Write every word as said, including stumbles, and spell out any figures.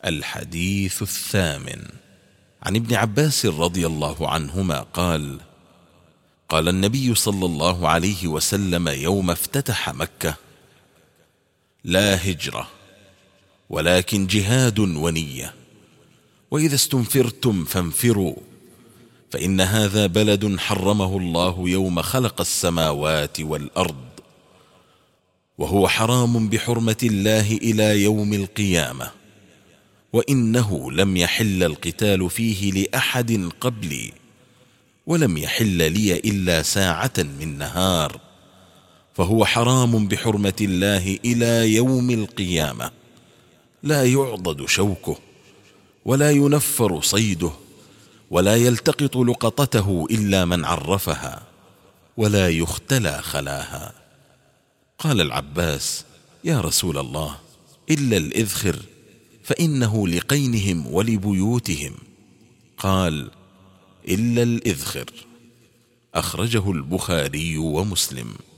الحديث الثامن. عن ابن عباس رضي الله عنهما قال: قال النبي صلى الله عليه وسلم يوم افتتح مكة: لا هجرة ولكن جهاد ونية، وإذا استنفرتم فانفروا، فإن هذا بلد حرمه الله يوم خلق السماوات والأرض، وهو حرام بحرمة الله إلى يوم القيامة، وإنه لم يحل القتال فيه لأحد قبلي، ولم يحل لي إلا ساعة من نهار، فهو حرام بحرمة الله إلى يوم القيامة، لا يعضد شوكه ولا ينفر صيده، ولا يلتقط لقطته إلا من عرفها، ولا يختلى خلاها. قال العباس: يا رسول الله، إلا الإذخر، فإنه لقينهم ولبيوتهم. قال: إلا الإذخر. أخرجه البخاري ومسلم.